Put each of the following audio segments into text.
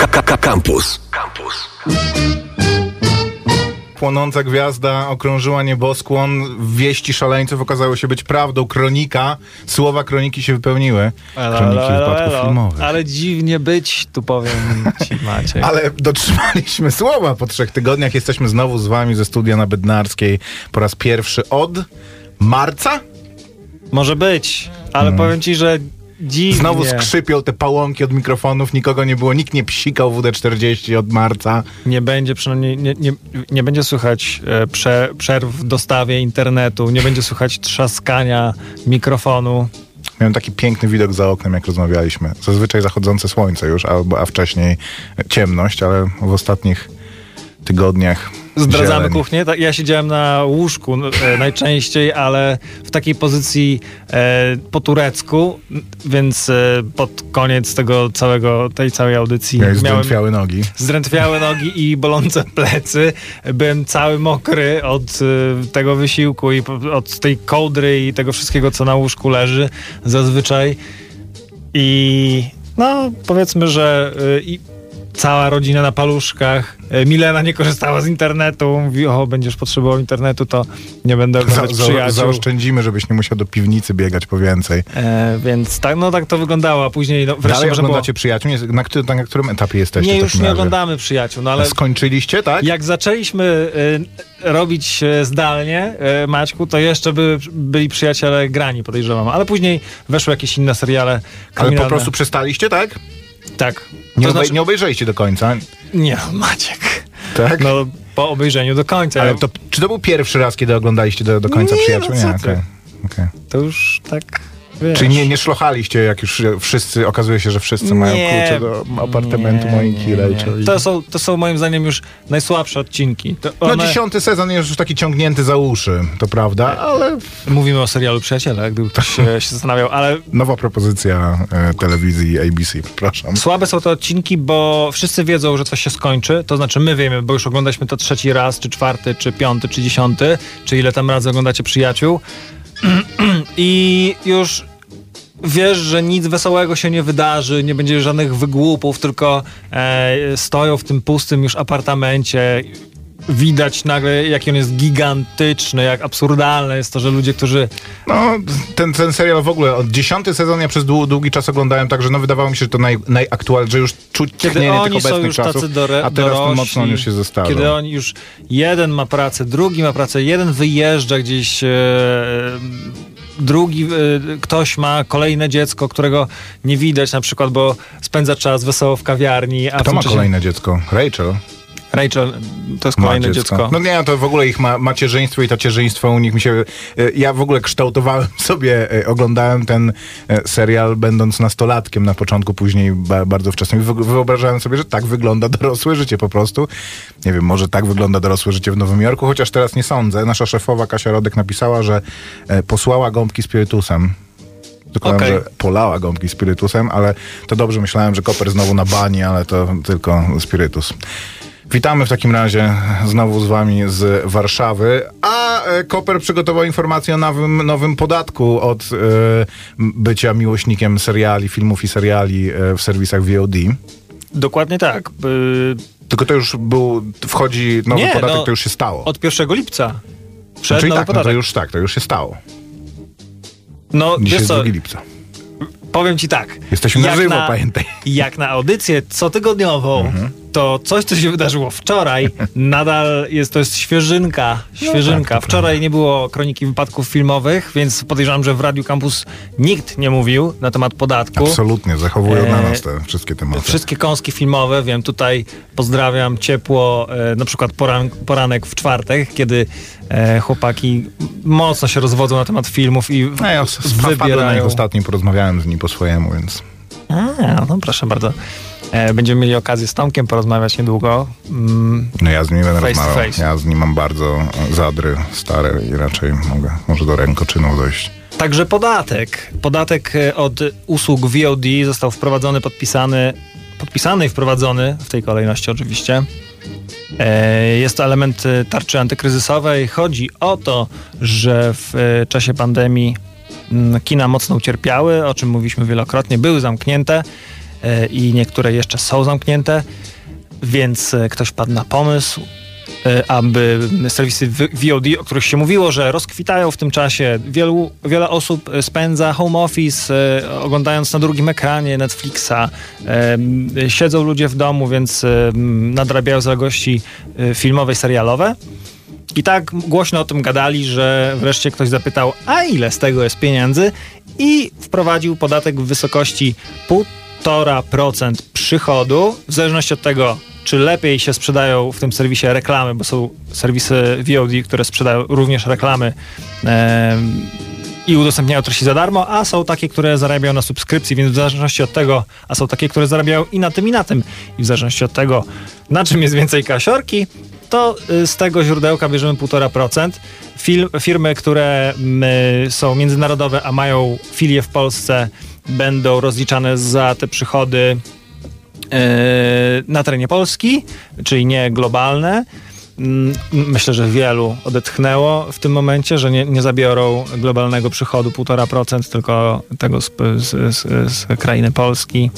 Campus. Płonąca gwiazda okrążyła nieboskłon. Wieści szaleńców okazały się być prawdą. Słowa kroniki się wypełniły. Kroniki wypadków filmowych. Ale dziwnie być, tu powiem ci, Maciek. Ale dotrzymaliśmy słowa. Po 3 tygodniach jesteśmy znowu z wami ze studia na Bednarskiej po raz pierwszy od marca? Może być, ale powiem ci, że dziwnie. Znowu skrzypią te pałąki od mikrofonów, nikogo nie było, nikt nie psikał WD-40 od marca. Nie będzie przynajmniej, nie będzie słychać przerw w dostawie internetu, nie będzie słychać trzaskania mikrofonu. Miałem taki piękny widok za oknem, jak rozmawialiśmy. Zazwyczaj zachodzące słońce już, a wcześniej ciemność, ale w ostatnich tygodniach Zdradzamy zieleń. kuchnię. Ja siedziałem na łóżku najczęściej, ale w takiej pozycji po turecku, więc pod koniec tej całej audycji Miałeś miałem zdrętwiałe nogi i bolące plecy. Byłem cały mokry od tego wysiłku i od tej kołdry i tego wszystkiego, co na łóżku leży zazwyczaj. I no, powiedzmy, że cała rodzina na paluszkach. Milena nie korzystała z internetu. Mówi, będziesz potrzebował internetu, to nie będę oglądać przyjaciół. Zaoszczędzimy, żebyś nie musiał do piwnicy biegać po więcej. Więc tak to wyglądało. A później wreszcie dalej oglądacie przyjaciół? Na którym etapie jesteście? Nie, już nie oglądamy przyjaciół. No ale skończyliście, tak? Jak zaczęliśmy robić zdalnie, Maćku, to jeszcze byli przyjaciele grani, podejrzewam. Ale później weszły jakieś inne seriale kryminalne. Ale po prostu przestaliście, tak? Tak. Nie obejrzeliście do końca? Nie, Maciek. Tak? No, po obejrzeniu do końca. Ale czy to był pierwszy raz, kiedy oglądaliście do końca przyjaciół? Nie, Okay. To już tak, wiesz. Czyli nie szlochaliście, jak już okazuje się, że wszyscy mają klucze do apartamentu Moniki Rachel. To są moim zdaniem już najsłabsze odcinki. 10. sezon jest już taki ciągnięty za uszy, to prawda, ale... Mówimy o serialu Przyjaciele, gdyby ktoś się zastanawiał, ale... Nowa propozycja telewizji ABC, przepraszam. Słabe są te odcinki, bo wszyscy wiedzą, że coś się skończy, to znaczy my wiemy, bo już oglądaliśmy to 3. raz, czy 4., czy 5., czy 10., czy ile tam razy oglądacie Przyjaciół. I już wiesz, że nic wesołego się nie wydarzy, nie będzie żadnych wygłupów, tylko stoją w tym pustym już apartamencie. Widać nagle, jaki on jest gigantyczny, jak absurdalne jest to, że ludzie, którzy... No, ten serial w ogóle, od 10. sezon ja przez długi czas oglądałem, także wydawało mi się, że to najaktualniejsze, że już czuć tchnienie tych obecnych czasów, a teraz ten mocno on już się zestarzał. Kiedy oni już, jeden ma pracę, drugi ma pracę, jeden wyjeżdża gdzieś... drugi, ktoś ma kolejne dziecko, którego nie widać na przykład, bo spędza czas wesoło w kawiarni. Kto ma kolejne dziecko? Rachel to jest kolejne dziecko. No nie, to w ogóle ich macierzyństwo i tacierzyństwo u nich mi się... Ja w ogóle kształtowałem sobie, oglądałem ten serial będąc nastolatkiem na początku, później bardzo wczesnym. Wyobrażałem sobie, że tak wygląda dorosłe życie po prostu. Nie wiem, może tak wygląda dorosłe życie w Nowym Jorku, chociaż teraz nie sądzę. Nasza szefowa Kasia Rodek napisała, że posłała gąbki spirytusem. Dokładnie, że polała gąbki spirytusem, ale to dobrze, myślałem, że Koper znowu na bani, ale to tylko spirytus. Witamy w takim razie znowu z wami z Warszawy, a Koper przygotował informację o nowym podatku od bycia miłośnikiem seriali, filmów i seriali w serwisach VOD. Dokładnie tak. Tylko to już wchodzi nowy podatek, to już się stało. Od 1 lipca. Czyli tak, to już się stało. No, dzisiaj jest 2 lipca. Powiem ci tak. Jesteśmy na żywo, pamiętaj. Jak na audycję cotygodniową, to coś, co się wydarzyło wczoraj, nadal to jest świeżynka. No tak, wczoraj nie było kroniki wypadków filmowych, więc podejrzewam, że w Radiu Campus nikt nie mówił na temat podatku. Absolutnie, zachowują na nas te wszystkie tematy. Wszystkie kąski filmowe, wiem, tutaj pozdrawiam ciepło, na przykład poranek w czwartek, kiedy chłopaki mocno się rozwodzą na temat filmów i wybierają. Na nich ostatnio porozmawiałem z nimi po swojemu, więc... No proszę bardzo. Będziemy mieli okazję z Tomkiem porozmawiać niedługo. No ja z nim będę rozmawiał. Ja z nim mam bardzo zadry stare i raczej może do rękoczynów dojść. Także podatek od usług VOD został wprowadzony, podpisany i wprowadzony, w tej kolejności oczywiście. Jest to element tarczy antykryzysowej. Chodzi o to, że w czasie pandemii kina mocno ucierpiały, o czym mówiliśmy wielokrotnie, były zamknięte i niektóre jeszcze są zamknięte, więc ktoś padł na pomysł, aby serwisy VOD, o których się mówiło, że rozkwitają w tym czasie. Wiele osób spędza home office, oglądając na drugim ekranie Netflixa. Siedzą ludzie w domu, więc nadrabiają zaległości filmowe i serialowe. I tak głośno o tym gadali, że wreszcie ktoś zapytał, a ile z tego jest pieniędzy? I wprowadził podatek w wysokości 1,5% przychodu, w zależności od tego, czy lepiej się sprzedają w tym serwisie reklamy, bo są serwisy VOD, które sprzedają również reklamy i udostępniają treści za darmo, a są takie, które zarabiają na subskrypcji, więc w zależności od tego, a są takie, które zarabiają i na tym, i w zależności od tego, na czym jest więcej kasiorki, to z tego źródełka bierzemy 1,5%. Firmy, które są międzynarodowe, a mają filię w Polsce, będą rozliczane za te przychody na terenie Polski, czyli nie globalne. Myślę, że wielu odetchnęło w tym momencie, że nie zabiorą globalnego przychodu 1,5%, tylko tego z krainy Polski.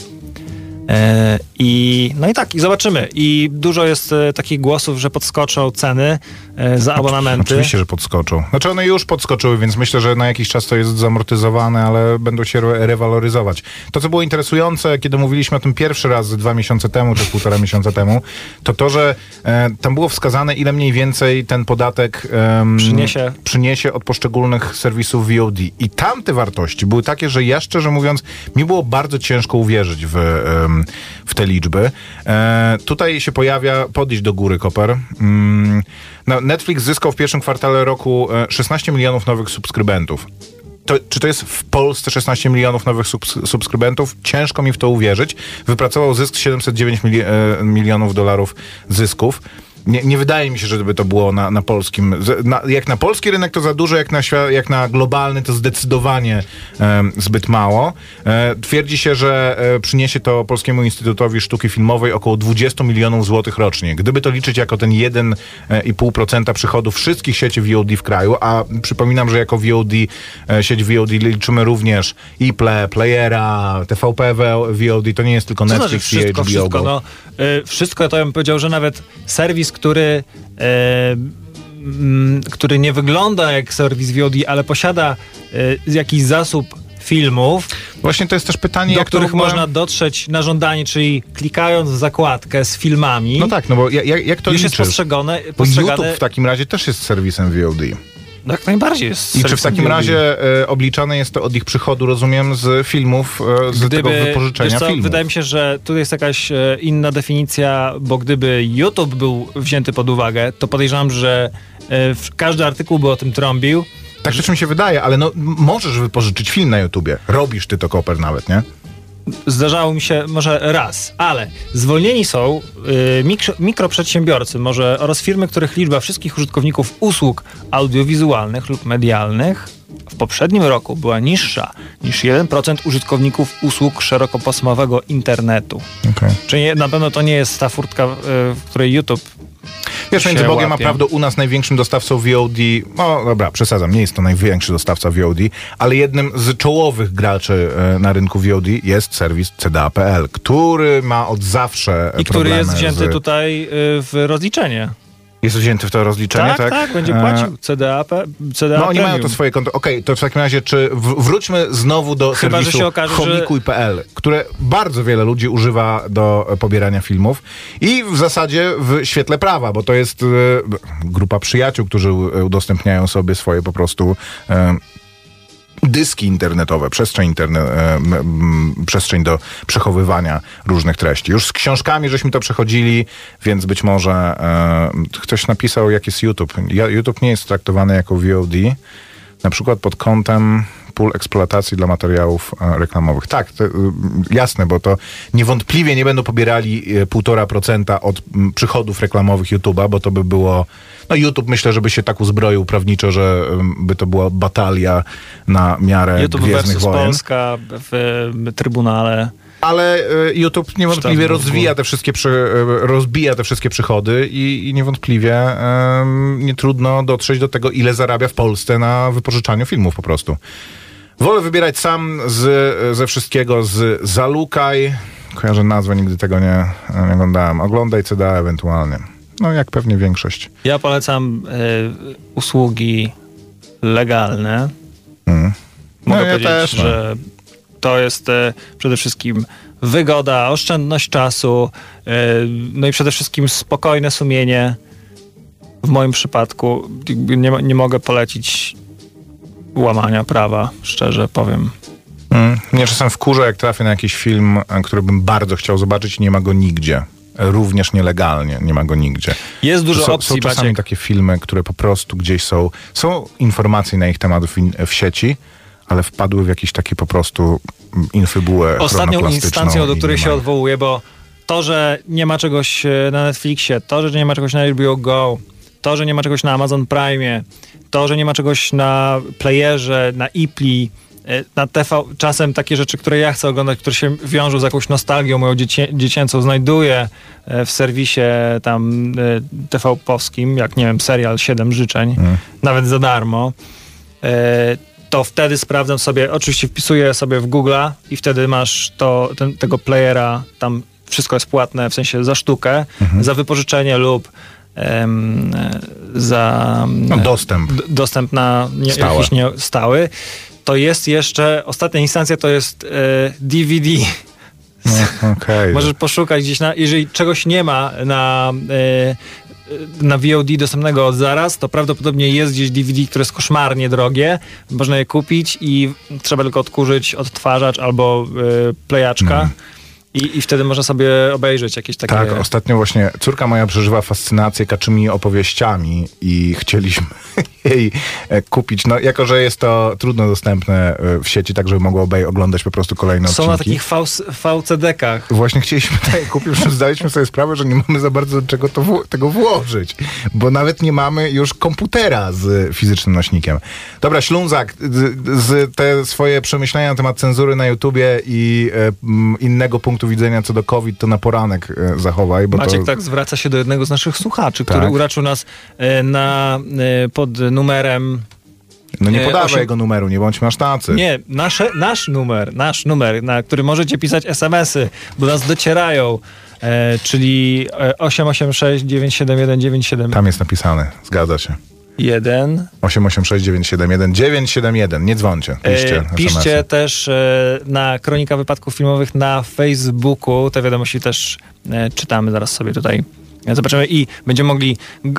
I zobaczymy. I dużo jest takich głosów, że podskoczą ceny za abonamenty. Oczywiście, że podskoczą. Znaczy one już podskoczyły, więc myślę, że na jakiś czas to jest zamortyzowane, ale będą się rewaloryzować. To, co było interesujące, kiedy mówiliśmy o tym pierwszy raz 2 miesiące temu, czy 1,5 miesiąca temu, to, że tam było wskazane, ile mniej więcej ten podatek przyniesie od poszczególnych serwisów VOD. I tamte wartości były takie, że ja szczerze mówiąc, mi było bardzo ciężko uwierzyć w te liczby. Tutaj się pojawia, podejść do góry, Koper. Netflix zyskał w pierwszym kwartale roku 16 milionów nowych subskrybentów. Czy to jest w Polsce 16 milionów nowych subskrybentów? Ciężko mi w to uwierzyć. Wypracował zysk 709 milionów dolarów zysków. Nie wydaje mi się, żeby to było na polskim. Jak na polski rynek to za dużo, jak na globalny to zdecydowanie zbyt mało. Twierdzi się, że przyniesie to Polskiemu Instytutowi Sztuki Filmowej około 20 milionów złotych rocznie. Gdyby to liczyć jako ten 1,5% przychodów wszystkich sieci VOD w kraju, a przypominam, że jako VOD, sieć VOD liczymy również Playera, TVP VOD, to nie jest tylko Netflix i HBO. Wszystko, wszystko, to ja bym powiedział, że nawet serwis, który nie wygląda jak serwis VOD, ale posiada jakiś zasób filmów. Właśnie to jest też pytanie, do których można dotrzeć na żądanie, czyli klikając w zakładkę z filmami. No tak, no bo jak to już liczysz? Jest postrzegane. YouTube w takim razie też jest serwisem VOD. No jak najbardziej jest. I czy w takim razie obliczane jest to od ich przychodu, rozumiem, z filmów, tego wypożyczenia filmów? Wydaje mi się, że tu jest jakaś inna definicja, bo gdyby YouTube był wzięty pod uwagę, to podejrzewam, że każdy artykuł by o tym trąbił. Tak też mi się wydaje, ale możesz wypożyczyć film na YouTubie. Robisz ty to, Koper, nawet, nie? Zdarzało mi się może raz, ale zwolnieni są mikroprzedsiębiorcy oraz firmy, których liczba wszystkich użytkowników usług audiowizualnych lub medialnych w poprzednim roku była niższa niż 1% użytkowników usług szerokopasmowego internetu. Okay. Czyli na pewno to nie jest ta furtka, w której YouTube Wiesz, między Bogiem a prawdą, u nas największym dostawcą VOD, no dobra, przesadzam, nie jest to największy dostawca VOD, ale jednym z czołowych graczy na rynku VOD jest serwis CDA.pl, który ma od zawsze i który jest wzięty tutaj w rozliczenie. Jest wzięty w to rozliczenie, tak? Tak, będzie płacił CDA no oni mają to swoje konto. Okej, to w takim razie, czy wróćmy znowu do serwisu Homikuj.pl, które bardzo wiele ludzi używa do pobierania filmów i w zasadzie w świetle prawa, bo to jest grupa przyjaciół, którzy udostępniają sobie swoje po prostu dyski internetowe, przestrzeń do przechowywania różnych treści. Już z książkami żeśmy to przechodzili, więc być może ktoś napisał, jak jest YouTube. YouTube nie jest traktowany jako VOD, na przykład pod kątem pól eksploatacji dla materiałów reklamowych. Tak, jasne, bo to niewątpliwie nie będą pobierali 1,5% od przychodów reklamowych YouTube'a, bo to by było... No YouTube myślę, żeby się tak uzbroił prawniczo, że by to była batalia na miarę YouTube Gwiezdnych Wojen. Polska w Trybunale. Ale YouTube niewątpliwie rozbija te wszystkie przychody i niewątpliwie nie trudno dotrzeć do tego, ile zarabia w Polsce na wypożyczaniu filmów po prostu. Wolę wybierać sam ze wszystkiego, z Zalukaj, Kojarzę nazwę, nigdy tego nie oglądałem. Oglądaj CDA ewentualnie. No jak pewnie większość. Ja polecam usługi legalne. Mogę powiedzieć, też, że to jest przede wszystkim wygoda, oszczędność czasu, no i przede wszystkim spokojne sumienie. W moim przypadku nie mogę polecić łamania prawa, szczerze powiem. Mnie czasem wkurza, jak trafię na jakiś film, który bym bardzo chciał zobaczyć i nie ma go nigdzie. Również nielegalnie, nie ma go nigdzie. Jest dużo opcji, są czasami Maciek. takie filmy, które po prostu gdzieś są informacje na ich temat w sieci, ale wpadły w jakiś taki po prostu infobułę ostatnią instancją, do której się odwołuję, bo to, że nie ma czegoś na Netflixie, to, że nie ma czegoś na HBO Go, to, że nie ma czegoś na Amazon Prime, to, że nie ma czegoś na playerze, na iPli, na TV, czasem takie rzeczy, które ja chcę oglądać, które się wiążą z jakąś nostalgią moją dziecięcą, znajduję w serwisie tam TV-powskim, jak nie wiem, serial 7 życzeń, nawet za darmo, to wtedy sprawdzam sobie, oczywiście wpisuję sobie w Google'a i wtedy masz tego playera, tam wszystko jest płatne, w sensie za sztukę, za wypożyczenie lub za dostęp na jakiś stały. To jest jeszcze, ostatnia instancja to jest DVD. No, okay. Możesz poszukać gdzieś, jeżeli czegoś nie ma na VOD dostępnego od zaraz, to prawdopodobnie jest gdzieś DVD, które jest koszmarnie drogie. Można je kupić i trzeba tylko odkurzyć odtwarzacz albo playaczka. I wtedy można sobie obejrzeć jakieś takie... Tak, ostatnio właśnie córka moja przeżywa fascynację kaczymi opowieściami i chcieliśmy jej kupić, no jako, że jest to trudno dostępne w sieci, tak żeby mogła oglądać po prostu kolejne odcinki. Są na takich VCD-kach. Właśnie chcieliśmy kupić, zdaliśmy sobie sprawę, że nie mamy za bardzo do czego tego włożyć, bo nawet nie mamy już komputera z fizycznym nośnikiem. Dobra, Ślązak, te swoje przemyślenia na temat cenzury na YouTubie i innego punktu widzenia co do COVID, to na poranek zachowaj. Bo Maciek to... tak zwraca się do jednego z naszych słuchaczy, który uraczył nas pod numerem... No nie podawaj jego numeru, nie bądźmy aż tacy. Nie, nasz numer, na który możecie pisać SMS-y, bo nas docierają, czyli 886 971 97. Tam jest napisane, zgadza się. 886 971 971. Nie dzwońcie, piszcie też na Kronika Wypadków Filmowych na Facebooku. Te wiadomości też czytamy, zaraz sobie tutaj zobaczymy i będziemy mogli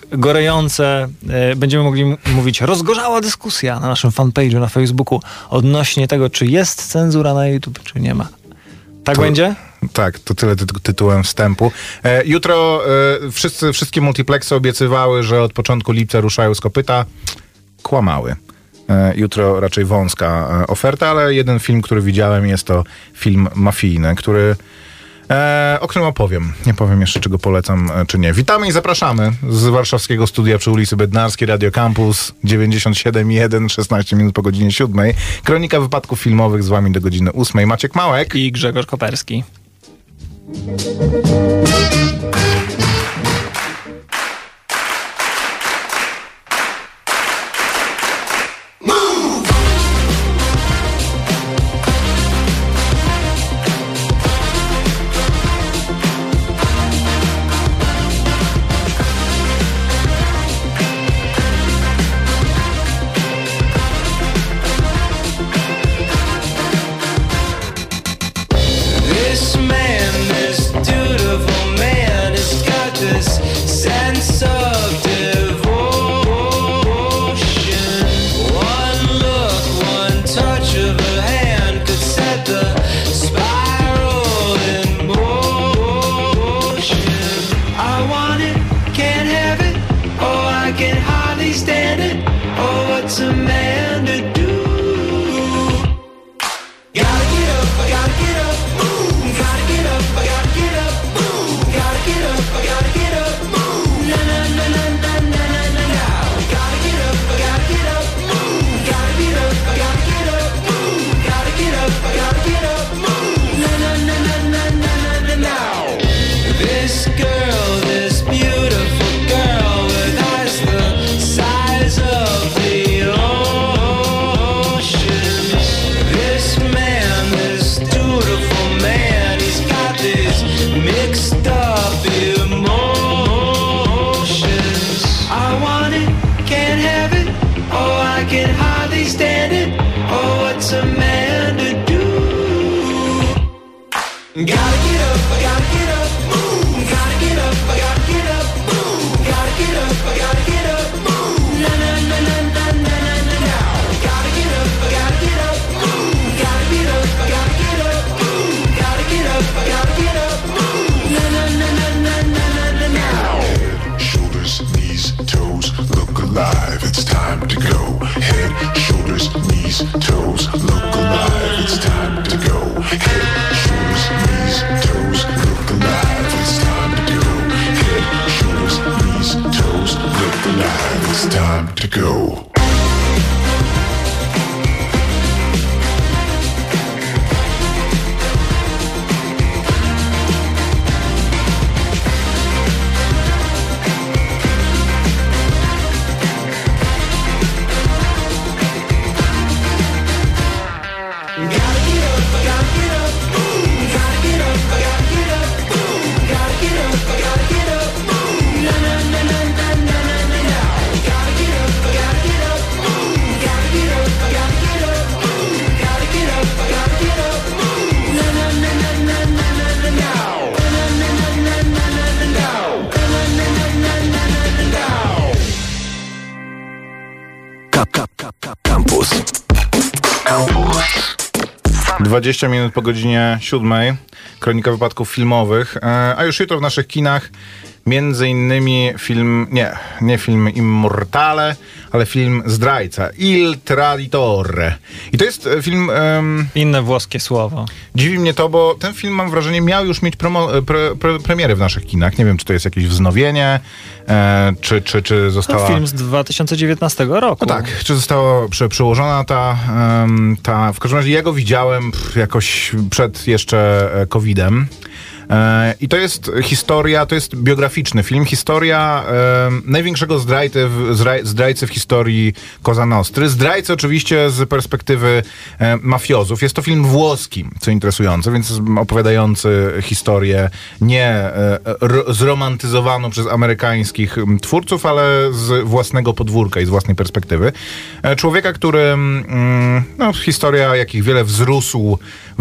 będziemy mogli mówić rozgorzała dyskusja na naszym fanpage'u na Facebooku odnośnie tego, czy jest cenzura na YouTube, czy nie ma. Tak będzie? Tak, to tyle tytułem wstępu. Jutro wszystkie multiplexy obiecywały, że od początku lipca ruszają z kopyta. Kłamały. Jutro raczej wąska oferta, ale jeden film, który widziałem, jest to film mafijny, o którym opowiem. Nie powiem jeszcze, czy go polecam, czy nie. Witamy i zapraszamy z warszawskiego studia przy ulicy Bednarskiej, Radio Campus 97,1, 16 minut po godzinie 7. Kronika Wypadków Filmowych z wami do godziny 8. Maciek Małek i Grzegorz Koperski. This man, this dutiful man. to go. Campus. 20 minut po godzinie 7. Kronika wypadków filmowych. A już jutro w naszych kinach między innymi film, nie film Immortale, ale film Zdrajca, Il Traditore. I to jest film... Inne włoskie słowo. Dziwi mnie to, bo ten film, mam wrażenie, miał już mieć premierę w naszych kinach. Nie wiem, czy to jest jakieś wznowienie, czy została... To film z 2019 roku. No tak, czy została przełożona ta... W każdym razie ja go widziałem jakoś przed jeszcze COVID-em. I to jest historia, to jest biograficzny film, historia największego zdrajcy w historii Cosa Nostry. Zdrajcy oczywiście z perspektywy mafiozów. Jest to film włoski, co interesujące, więc opowiadający historię nie zromantyzowaną przez amerykańskich twórców, ale z własnego podwórka i z własnej perspektywy. Człowieka, który, historia jakich wiele wzrósł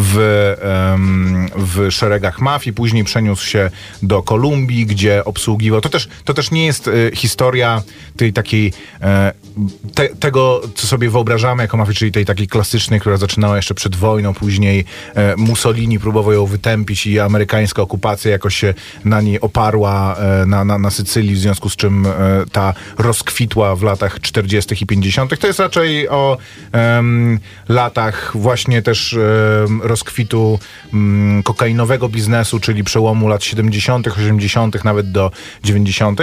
w szeregach mafii, później przeniósł się do Kolumbii, gdzie obsługiwał. To też nie jest historia tej takiej tego, co sobie wyobrażamy jako mafię, czyli tej takiej klasycznej, która zaczynała jeszcze przed wojną, później Mussolini próbował ją wytępić i amerykańska okupacja jakoś się na niej oparła na Sycylii, w związku z czym ta rozkwitła w latach 40. i 50. To jest raczej o latach właśnie też rozkwitu kokainowego biznesu, czyli przełomu lat 70., 80., nawet do 90.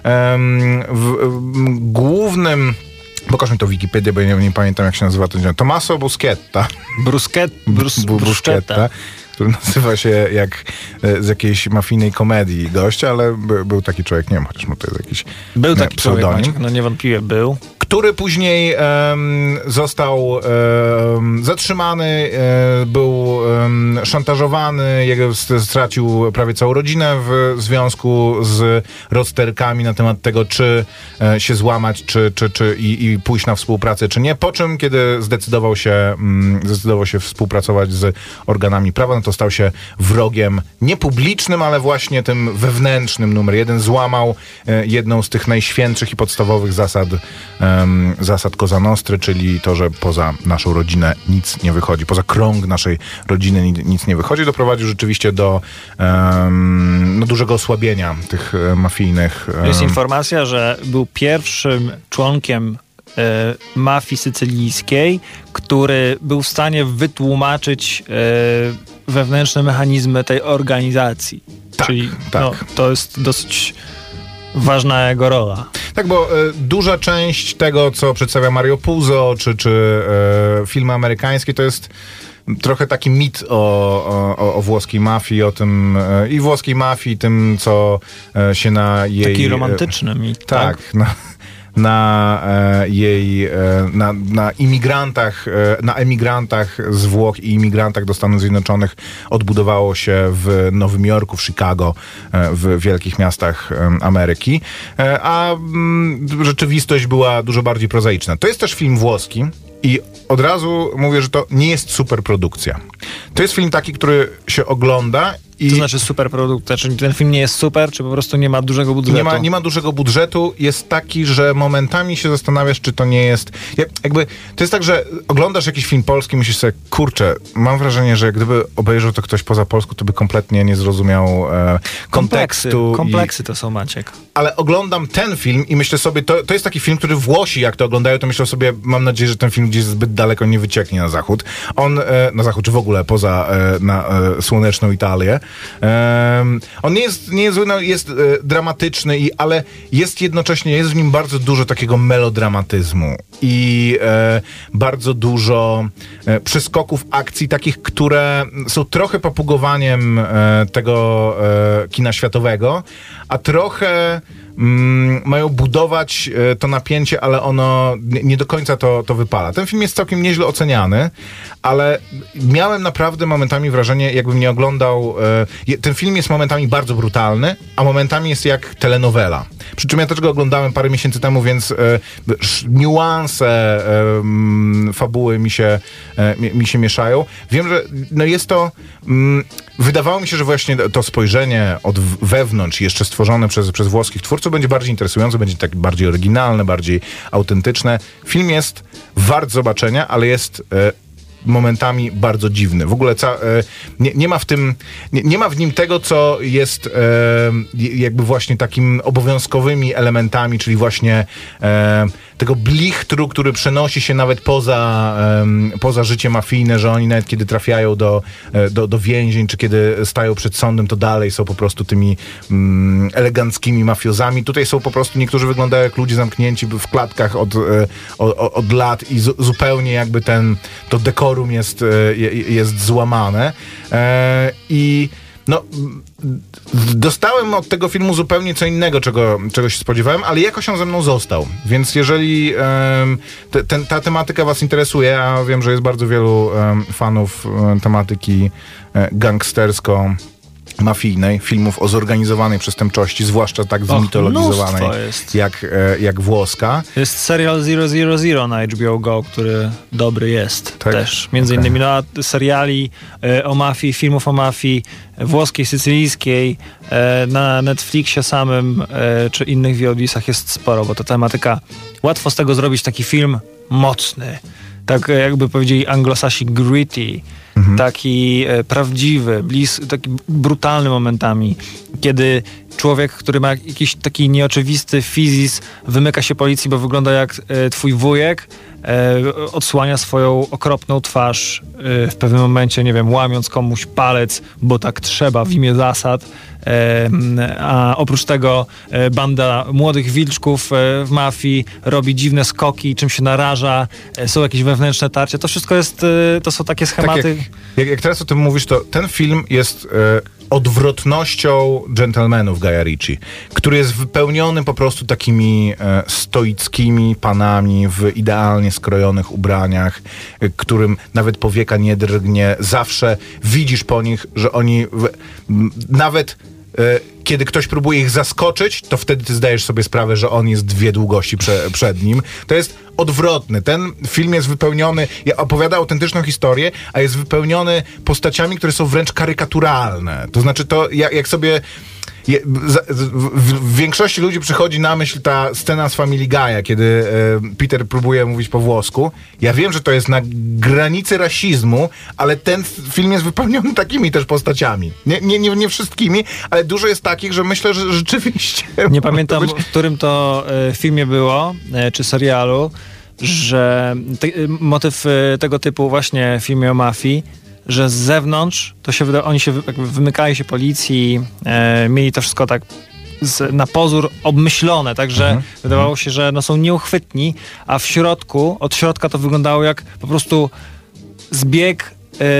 Głównym... Pokaż mi to Wikipedię, bo ja nie pamiętam, jak się nazywa ten Tommaso Buscetta. Bruschetta, który nazywa się jak z jakiejś mafijnej komedii gościa, ale był taki człowiek, nie wiem, chociaż mu to jest jakiś był taki pseudonim. Człowiek, Maciek, no niewątpliwie był. Który później został zatrzymany, był szantażowany, stracił prawie całą rodzinę w związku z rozterkami na temat tego, czy się złamać, i pójść na współpracę, czy nie. Po czym, kiedy zdecydował się współpracować z organami prawa, no to stał się wrogiem nie publicznym, ale właśnie tym wewnętrznym numer jeden. Złamał jedną z tych najświętszych i podstawowych zasad Cosa Nostry, czyli to, że poza naszą rodzinę nic nie wychodzi, poza krąg naszej rodziny nic nie wychodzi. Doprowadził rzeczywiście do dużego osłabienia tych mafijnych... Jest informacja, że był pierwszym członkiem mafii sycylijskiej, który był w stanie wytłumaczyć wewnętrzne mechanizmy tej organizacji. Tak, czyli tak. To jest dosyć ważna jego rola. Tak, bo duża część tego, co przedstawia Mario Puzo, czy filmy amerykańskie, to jest trochę taki mit o włoskiej mafii, o tym i włoskiej mafii, tym, co się na jej... Taki romantyczny mit, tak? Na imigrantach, na emigrantach z Włoch i imigrantach do Stanów Zjednoczonych odbudowało się w Nowym Jorku, w Chicago, w wielkich miastach Ameryki, a rzeczywistość była dużo bardziej prozaiczna. To jest też film włoski i od razu mówię, że to nie jest superprodukcja. To jest film taki, który się ogląda i... To znaczy superprodukcja, czyli ten film nie jest super, czy po prostu nie ma dużego budżetu? Nie ma dużego budżetu. Jest taki, że momentami się zastanawiasz, czy to nie jest... To jest tak, że oglądasz jakiś film polski, myślisz sobie, kurczę, mam wrażenie, że gdyby obejrzał to ktoś poza Polską, to by kompletnie nie zrozumiał kontekstu. Kompleksy to są, Maciek. Ale oglądam ten film i myślę sobie, to jest taki film, który Włosi, jak to oglądają, to myślą sobie, mam nadzieję, że ten film gdzieś zbyt daleko nie wycieknie na zachód. Na zachód, czy w ogóle poza na słoneczną Italię. On nie jest zły, no, jest dramatyczny, ale jest jednocześnie, jest w nim bardzo dużo takiego melodramatyzmu i bardzo dużo przeskoków akcji takich, które są trochę papugowaniem tego kina światowego, a trochę mają budować to napięcie, ale ono nie do końca to wypala. Ten film jest całkiem nieźle oceniany, ale miałem naprawdę momentami wrażenie, jakbym nie oglądał... Ten film jest momentami bardzo brutalny, a momentami jest jak telenowela. Przy czym ja też go oglądałem parę miesięcy temu, więc niuanse fabuły mi się mieszają. Wiem, że no jest to... Wydawało mi się, że właśnie to spojrzenie od wewnątrz, jeszcze stworzone przez włoskich twórców, będzie bardziej interesujące, będzie tak bardziej oryginalne, bardziej autentyczne. Film jest wart zobaczenia, ale jest momentami bardzo dziwny. W ogóle nie ma w nim tego, co jest jakby właśnie takim obowiązkowymi elementami, czyli właśnie tego blichtru, który przenosi się nawet poza życie mafijne, że oni nawet kiedy trafiają do więzień, czy kiedy stają przed sądem, to dalej są po prostu tymi eleganckimi mafiozami. Tutaj są po prostu, niektórzy wyglądają jak ludzie zamknięci w klatkach od lat i zupełnie jakby to dekorum jest złamane. I no, dostałem od tego filmu zupełnie co innego, czego się spodziewałem, ale jakoś on ze mną został. Więc jeżeli ta tematyka was interesuje, a wiem, że jest bardzo wielu fanów tematyki gangstersko mafijnej, filmów o zorganizowanej przestępczości, zwłaszcza tak zmitologizowanej jak włoska. Jest serial 000 na HBO Go, który dobry jest też. Między innymi seriali o mafii, filmów o mafii włoskiej, sycylijskiej, na Netflixie samym, czy innych VOD-sach jest sporo, bo ta tematyka, łatwo z tego zrobić taki film mocny. Tak jakby powiedzieli anglosasi gritty, taki prawdziwy, taki brutalny momentami, kiedy człowiek, który ma jakiś taki nieoczywisty fizis, wymyka się policji, bo wygląda jak twój wujek, odsłania swoją okropną twarz w pewnym momencie, nie wiem, łamiąc komuś palec, bo tak trzeba w imię zasad. A oprócz tego banda młodych wilczków w mafii robi dziwne skoki, czym się naraża, są jakieś wewnętrzne tarcia. To wszystko to są takie schematy. Tak jak teraz o tym mówisz, to ten film jest odwrotnością Gentlemanów Guya Ritchie, który jest wypełniony po prostu takimi stoickimi panami w idealnie skrojonych ubraniach, którym nawet powieka nie drgnie. Zawsze widzisz po nich, że oni nawet kiedy ktoś próbuje ich zaskoczyć, to wtedy ty zdajesz sobie sprawę, że on jest dwie długości przed nim. To jest odwrotny. Ten film jest wypełniony, opowiada autentyczną historię, a jest wypełniony postaciami, które są wręcz karykaturalne. To znaczy to, jak sobie... W większości ludzi przychodzi na myśl ta scena z Family Guy'a, kiedy Peter próbuje mówić po włosku. Ja wiem, że to jest na granicy rasizmu, ale ten film jest wypełniony takimi też postaciami. Nie wszystkimi, ale dużo jest takich, że myślę, że rzeczywiście... Nie pamiętam, w którym to filmie było, czy serialu, że motyw tego typu właśnie w filmie o mafii, że z zewnątrz to oni się wymykali się policji, mieli to wszystko tak na pozór obmyślone, także wydawało się, że są nieuchwytni, a w środku, od środka to wyglądało jak po prostu zbieg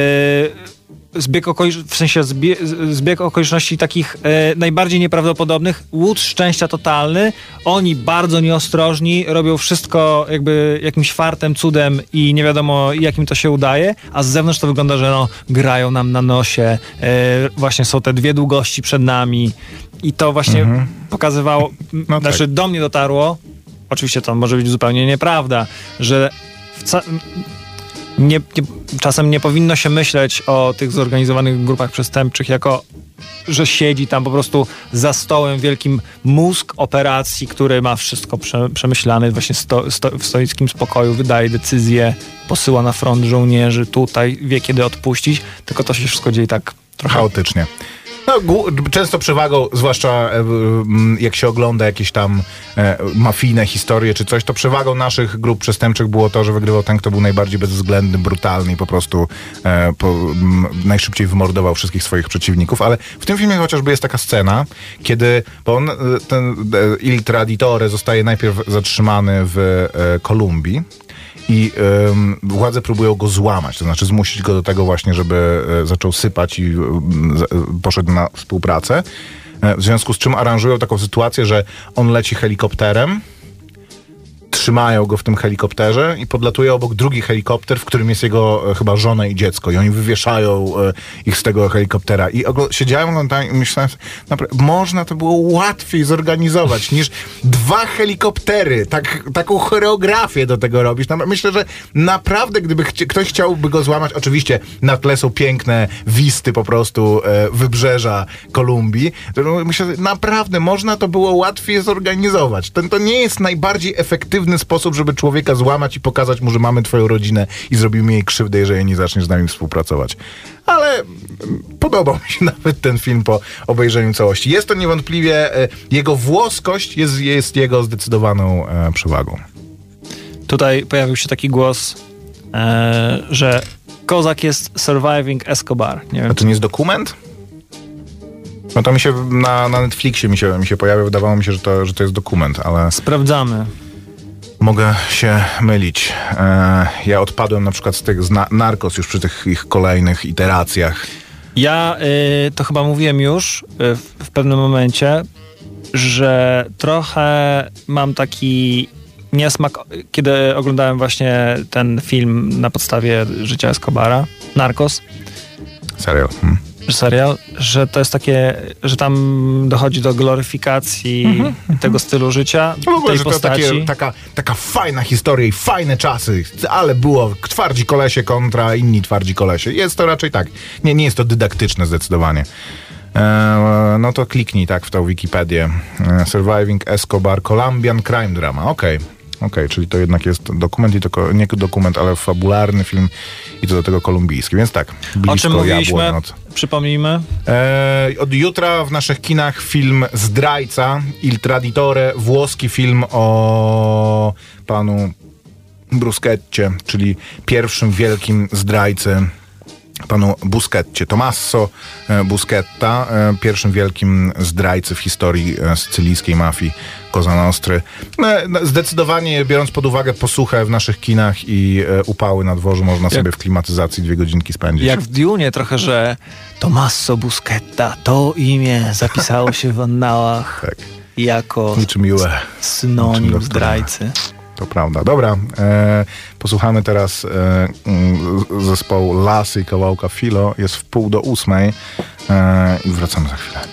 okoliczności takich najbardziej nieprawdopodobnych, łód szczęścia totalny. Oni bardzo nieostrożni, robią wszystko jakby jakimś fartem, cudem i nie wiadomo jakim to się udaje, a z zewnątrz to wygląda, że grają nam na nosie, właśnie są te dwie długości przed nami i to właśnie pokazywało, do mnie dotarło, oczywiście to może być zupełnie nieprawda, że czasem nie powinno się myśleć o tych zorganizowanych grupach przestępczych jako, że siedzi tam po prostu za stołem wielkim mózg operacji, który ma wszystko przemyślane, właśnie w stoickim spokoju wydaje decyzje, posyła na front żołnierzy, tutaj wie kiedy odpuścić, tylko to się wszystko dzieje tak trochę chaotycznie. No, często przewagą, zwłaszcza jak się ogląda jakieś tam mafijne historie czy coś, to przewagą naszych grup przestępczych było to, że wygrywał ten, kto był najbardziej bezwzględny, brutalny i po prostu najszybciej wymordował wszystkich swoich przeciwników. Ale w tym filmie chociażby jest taka scena, kiedy ten Il Traditore zostaje najpierw zatrzymany w Kolumbii i władze próbują go złamać, to znaczy zmusić go do tego właśnie, żeby zaczął sypać i poszedł na współpracę. W związku z czym aranżują taką sytuację, że on leci helikopterem, trzymają go w tym helikopterze i podlatuje obok drugi helikopter, w którym jest jego chyba żona i dziecko i oni wywieszają ich z tego helikoptera i siedziałem, oglądałem i myślałem, można to było łatwiej zorganizować niż 2 helikoptery, taką choreografię do tego robić. Myślę, że naprawdę gdyby ktoś chciałby go złamać, oczywiście na tle są piękne wisty po prostu wybrzeża Kolumbii, myślę, że naprawdę można to było łatwiej zorganizować. To nie jest najbardziej efektywny sposób, żeby człowieka złamać i pokazać mu, że mamy twoją rodzinę i zrobimy jej krzywdę, jeżeli nie zaczniesz z nami współpracować. Ale podobał mi się nawet ten film po obejrzeniu całości. Jest to niewątpliwie, jego włoskość jest jego zdecydowaną przewagą. Tutaj pojawił się taki głos, że Kozak jest Surviving Escobar. Nie wiem. A to nie jest dokument? No to mi się na Netflixie mi się pojawia, wydawało mi się, że to jest dokument, ale... Sprawdzamy. Mogę się mylić. Ja odpadłem na przykład z tych Narcos już przy tych ich kolejnych iteracjach. Ja to chyba mówiłem już w pewnym momencie, że trochę mam taki niesmak, kiedy oglądałem właśnie ten film na podstawie życia Escobara, Narcos. Serial, że to jest takie, że tam dochodzi do gloryfikacji tego stylu życia, no tej postaci. To taka fajna historia i fajne czasy, ale było twardzi kolesie kontra inni twardzi kolesie. Jest to raczej tak. Nie jest to dydaktyczne zdecydowanie. No to kliknij tak w tą Wikipedię. Surviving Escobar Colombian Crime Drama. Okej, czyli to jednak jest dokument i to nie dokument, ale fabularny film i to do tego kolumbijski, więc tak. Blisko, o czym mówiliśmy? Przypomnijmy. Od jutra w naszych kinach film Zdrajca, Il Traditore, włoski film o panu Bruschetcie, czyli pierwszym wielkim zdrajcy, panu Busquetcie, Tommaso Busquetta, pierwszym wielkim zdrajcy w historii sycylijskiej mafii Cosa Nostry. Zdecydowanie, biorąc pod uwagę posłuchę w naszych kinach i upały na dworzu, można sobie w klimatyzacji 2 godzinki spędzić. Jak w Dune'ie trochę, że Tommaso Busquetta, to imię zapisało się w annałach tak. Jako synonim zdrajcy. To prawda. Dobra, posłuchamy teraz zespołu Lasy i kawałka Filo. Jest 7:30 i wracamy za chwilę.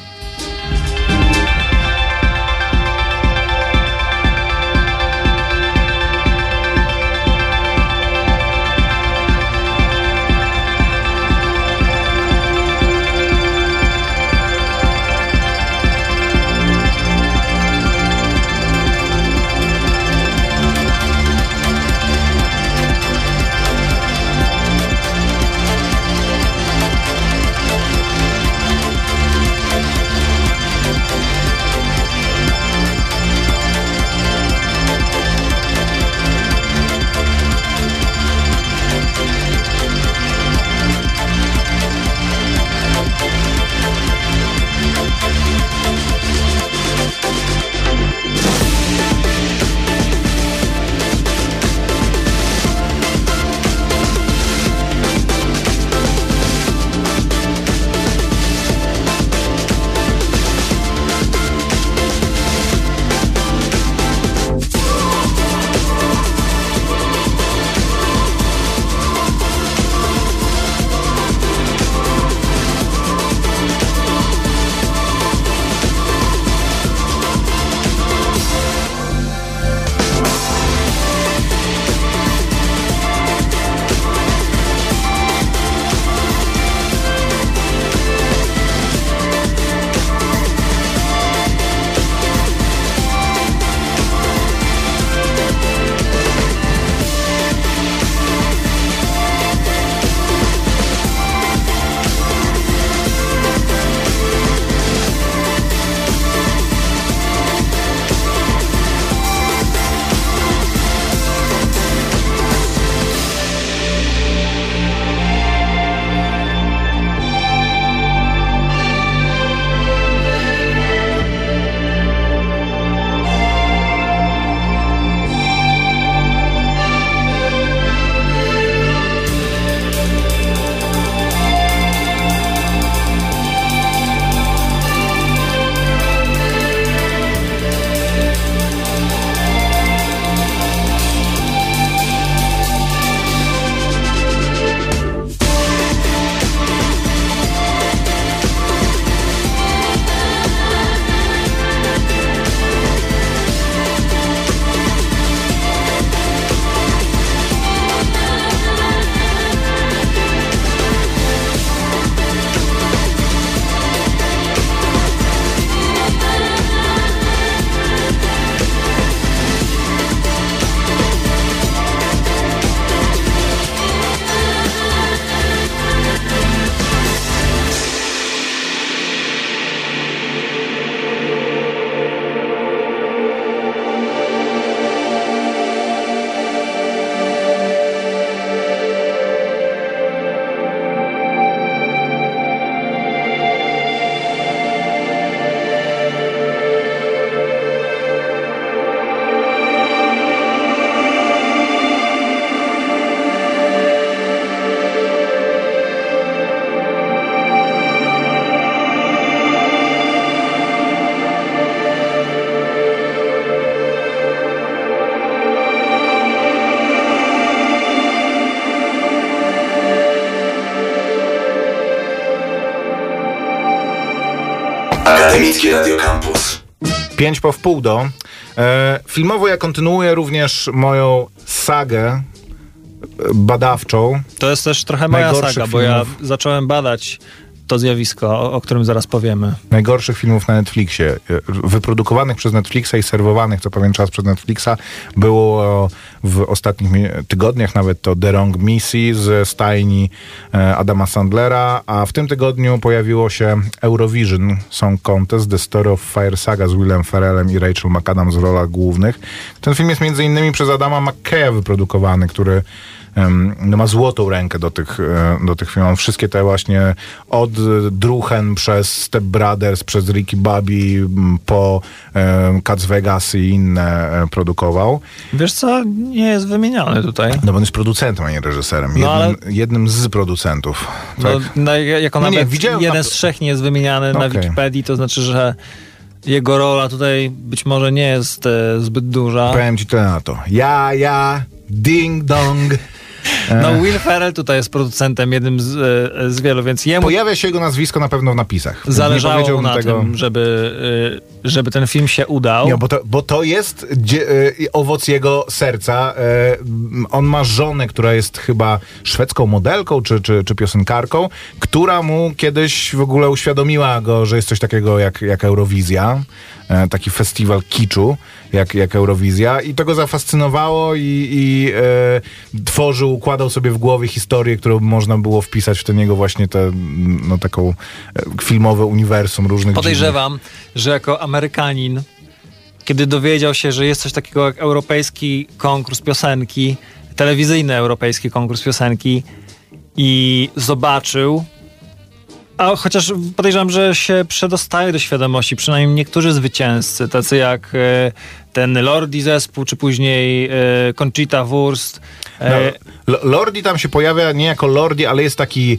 Akademickie Radio Campus. 5 po wpół do. Filmowo ja kontynuuję również moją sagę badawczą. To jest też trochę moja Najgorszych saga, bo ja filmów. zacząłem badać to zjawisko, o którym zaraz powiemy. Najgorszych filmów na Netflixie. Wyprodukowanych przez Netflixa i serwowanych co pewien czas przez Netflixa było w ostatnich tygodniach nawet to The Wrong Missy ze stajni Adama Sandlera, a w tym tygodniu pojawiło się Eurovision Song Contest, The Story of Fire Saga z Willem Ferrellem i Rachel McAdams w rolach głównych. Ten film jest między innymi przez Adama McKeya wyprodukowany, który ma złotą rękę do tych filmów. Wszystkie te właśnie od Druchen przez Step Brothers, przez Ricky Bobby po Cats Vegas i inne produkował. Wiesz co? Nie jest wymieniony tutaj. No bo on jest producentem, a nie reżyserem. Jednym z producentów. Tak? Jako No nie, nawet widziałem jeden z trzech nie jest wymieniany na Wikipedii, to znaczy, że jego rola tutaj być może nie jest zbyt duża. Powiem ci tyle na to. Ja, ding dong. No Will Ferrell tutaj jest producentem, jednym z wielu, więc jemu pojawia się jego nazwisko na pewno w napisach. Zależało mu na tym, żeby ten film się udał. Nie, bo to jest owoc jego serca. On ma żonę, która jest chyba szwedzką modelką czy piosenkarką, która mu kiedyś w ogóle uświadomiła go, że jest coś takiego jak Eurowizja. Taki festiwal kiczu, jak Eurowizja, i to go zafascynowało i układał sobie w głowie historię, którą można było wpisać w ten jego właśnie taką filmowe uniwersum różnych Podejrzewam, że jako Amerykanin, kiedy dowiedział się, że jest coś takiego jak europejski konkurs piosenki, telewizyjny europejski konkurs piosenki, i zobaczył, a chociaż podejrzewam, że się przedostaje do świadomości, przynajmniej niektórzy zwycięzcy, tacy jak ten Lordi zespół, czy później Conchita Wurst. Lordi tam się pojawia nie jako Lordi, ale jest taki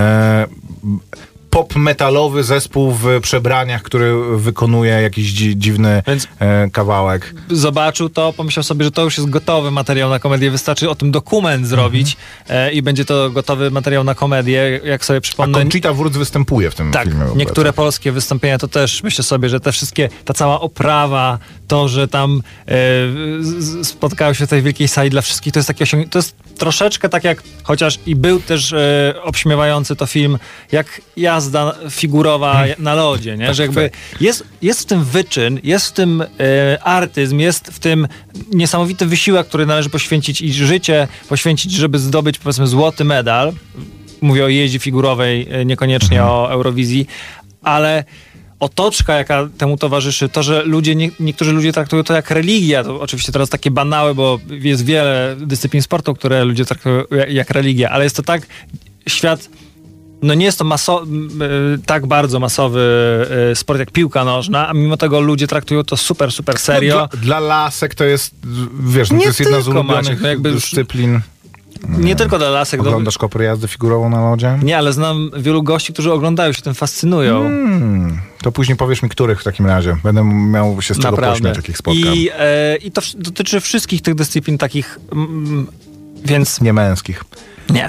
pop-metalowy zespół w przebraniach, który wykonuje jakiś dziwny kawałek. Zobaczył to, pomyślał sobie, że to już jest gotowy materiał na komedię, wystarczy o tym dokument zrobić i będzie to gotowy materiał na komedię, jak sobie przypomnę. A Conchita Wurst występuje w tym filmie. Niektóre polskie wystąpienia to też, myślę sobie, że te wszystkie, ta cała oprawa, to, że tam spotkały się w tej wielkiej sali dla wszystkich, to jest takie to jest troszeczkę tak jak, chociaż i był też obśmiewający to film, jak jazda figurowa na lodzie, nie? Że jakby jest w tym wyczyn, jest w tym artyzm, jest w tym niesamowity wysiłek, który należy poświęcić i życie poświęcić, żeby zdobyć, powiedzmy, złoty medal. Mówię o jeździe figurowej, niekoniecznie o Eurowizji, ale otoczka, jaka temu towarzyszy, to, że niektórzy ludzie traktują to jak religia, to oczywiście teraz takie banały, bo jest wiele dyscyplin sportu, które ludzie traktują jak religia, ale jest to tak świat, no nie jest to tak bardzo masowy sport jak piłka nożna, a mimo tego ludzie traktują to super, super serio. No, dla lasek to jest, wiesz, to jest jedna z ulubionych dyscyplin. Nie tylko dla lasek. Oglądasz kopry jazdy figurową na lodzie? Nie, ale znam wielu gości, którzy oglądają się tym, fascynują. To później powiesz mi, których w takim razie. Będę miał się z czego pośmiać, jakich spotkam. I to dotyczy wszystkich tych dyscyplin takich, więc... Nie męskich. Nie.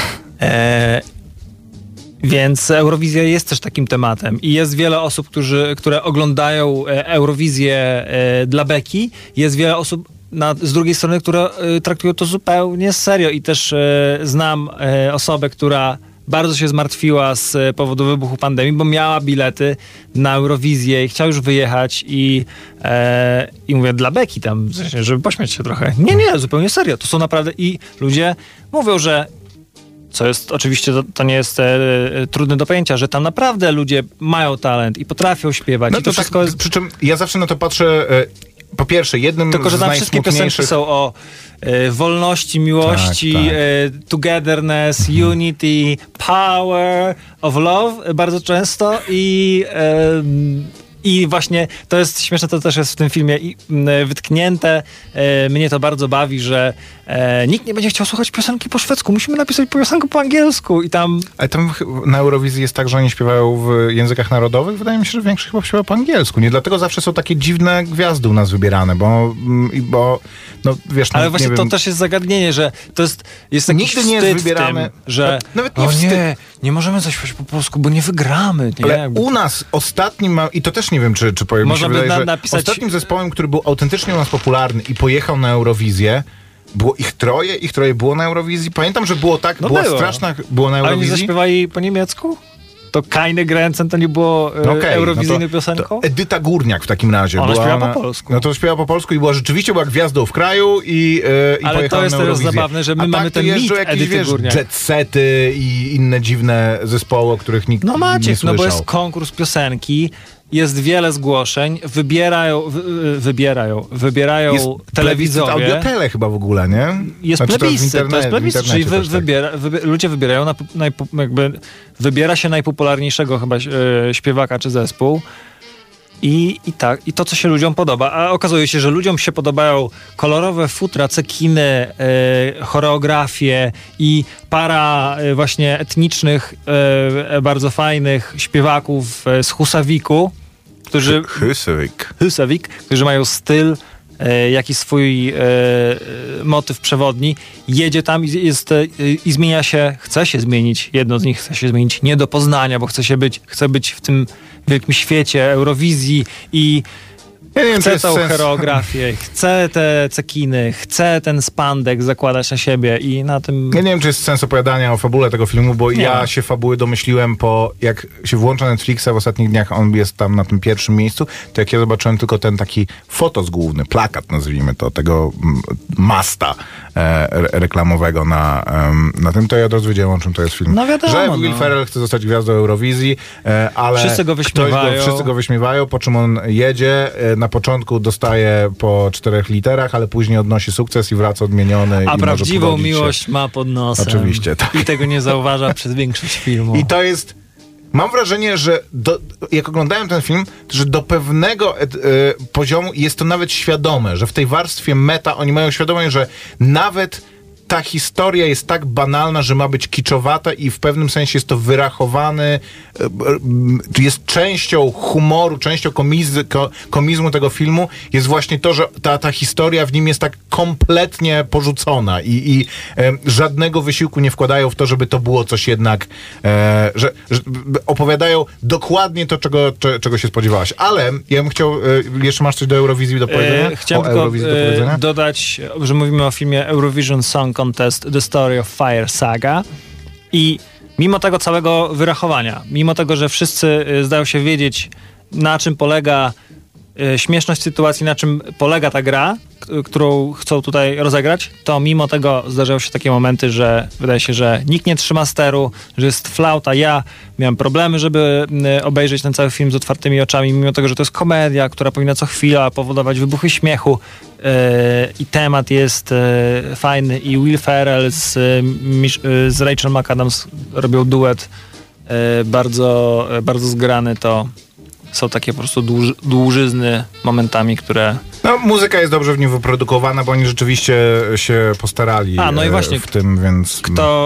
Więc Eurowizja jest też takim tematem i jest wiele osób, które oglądają Eurowizję dla beki. Jest wiele osób z drugiej strony, które traktują to zupełnie serio i też znam osobę, która bardzo się zmartwiła z powodu wybuchu pandemii, bo miała bilety na Eurowizję i chciała już wyjechać i mówię, dla beki tam, żeby pośmiać się trochę. Nie, zupełnie serio. To są naprawdę i ludzie mówią, że co jest, oczywiście to nie jest trudne do pojęcia, że tam naprawdę ludzie mają talent i potrafią śpiewać. No i to wszystko jest... Przy czym ja zawsze na to patrzę, po pierwsze, jednym tylko, że tam wszystkie piosenki są o wolności, miłości, togetherness, unity, power of love bardzo często i właśnie to jest śmieszne, to też jest w tym filmie wytknięte. Mnie to bardzo bawi, że nikt nie będzie chciał słuchać piosenki po szwedzku. Musimy napisać piosenkę po angielsku i tam... Ale tam na Eurowizji jest tak, że oni śpiewają w językach narodowych. Wydaje mi się, że większość chyba śpiewa po angielsku. Nie dlatego zawsze są takie dziwne gwiazdy u nas wybierane, bo no wiesz... Ale właśnie to też jest zagadnienie, że to jest jakiś nigdy nie jest wybierany. Tym, że nawet nie nie możemy zaśpiewać po polsku, bo nie wygramy. Nie? Ale u nas ostatnim, i to też nie wiem, czy powiem, Można mi się wydaje, że napisać... ostatnim zespołem, który był autentycznie u nas popularny i pojechał na Eurowizję, było ich troje było na Eurowizji. Pamiętam, że było tak, była straszna, było na Eurowizji. Ale nie zaśpiewali po niemiecku? To Keine Grenzen to nie było eurowizyjną piosenką? To Edyta Górniak w takim razie. Ona śpiewa po polsku. No to śpiewa po polsku i rzeczywiście była gwiazdą w kraju i ale to jest teraz zabawne, że my mamy ten mit Edyty Górniak. Jet Sety i inne dziwne zespoły, o których nikt nie słyszał. No bo jest konkurs piosenki, jest wiele zgłoszeń, wybierają telewidzowie. Audiotele chyba w ogóle, nie? Jest plebiscyt, to jest plebiscyt, czyli ludzie wybierają, wybiera się najpopularniejszego chyba śpiewaka czy zespół. I to, co się ludziom podoba. A okazuje się, że ludziom się podobają kolorowe futra, cekiny, choreografie i para właśnie etnicznych, bardzo fajnych śpiewaków z Husawiku, którzy mają styl, jakiś swój motyw przewodni, jedzie tam i zmienia się, chce się zmienić, jedno z nich chce się zmienić nie do Poznania, bo chce być w tym wielkim świecie Eurowizji i chce tą choreografię, chce te cekiny, chce ten spandek zakładać na siebie i na tym... Ja nie wiem, czy jest sens opowiadania o fabule tego filmu, bo ja się fabuły domyśliłem jak się włącza Netflixa w ostatnich dniach, on jest tam na tym pierwszym miejscu, to jak ja zobaczyłem tylko ten taki fotos główny, plakat nazwijmy to, tego masta reklamowego na tym, to ja od razu wiedziałem, o czym to jest film. No wiadomo, że Will Ferrell chce zostać gwiazdą Eurowizji, ale wszyscy go wyśmiewają, po czym on jedzie, na początku dostaje po 4 literach, ale później odnosi sukces i wraca odmieniony. A prawdziwą miłość ma pod nosem. Oczywiście, tak. I tego nie zauważa przez większość filmu. I to jest... Mam wrażenie, że jak oglądałem ten film, że do pewnego poziomu jest to nawet świadome, że w tej warstwie meta oni mają świadomość, że nawet ta historia jest tak banalna, że ma być kiczowata i w pewnym sensie jest to wyrachowany, jest częścią humoru, częścią komizmu tego filmu, jest właśnie to, że ta historia w nim jest tak kompletnie porzucona i żadnego wysiłku nie wkładają w to, żeby to było coś jednak, że opowiadają dokładnie to, czego się spodziewałaś. Ale ja bym chciał, jeszcze masz coś do Eurowizji do powiedzenia? Chciałem tylko dodać, że mówimy o filmie Eurovision Song Contest The Story of Fire Saga i mimo tego całego wyrachowania, mimo tego, że wszyscy zdają się wiedzieć, na czym polega śmieszność sytuacji, na czym polega ta gra, którą chcą tutaj rozegrać, to mimo tego zdarzają się takie momenty, że wydaje się, że nikt nie trzyma steru, że jest flauta. Ja miałem problemy, żeby obejrzeć ten cały film z otwartymi oczami, mimo tego, że to jest komedia, która powinna co chwila powodować wybuchy śmiechu i temat jest fajny i Will Ferrell z Rachel McAdams robią duet bardzo, bardzo zgrany, to są takie po prostu dłużyzny momentami, które... No, muzyka jest dobrze w nim wyprodukowana, bo oni rzeczywiście się postarali no i właśnie, w tym, więc...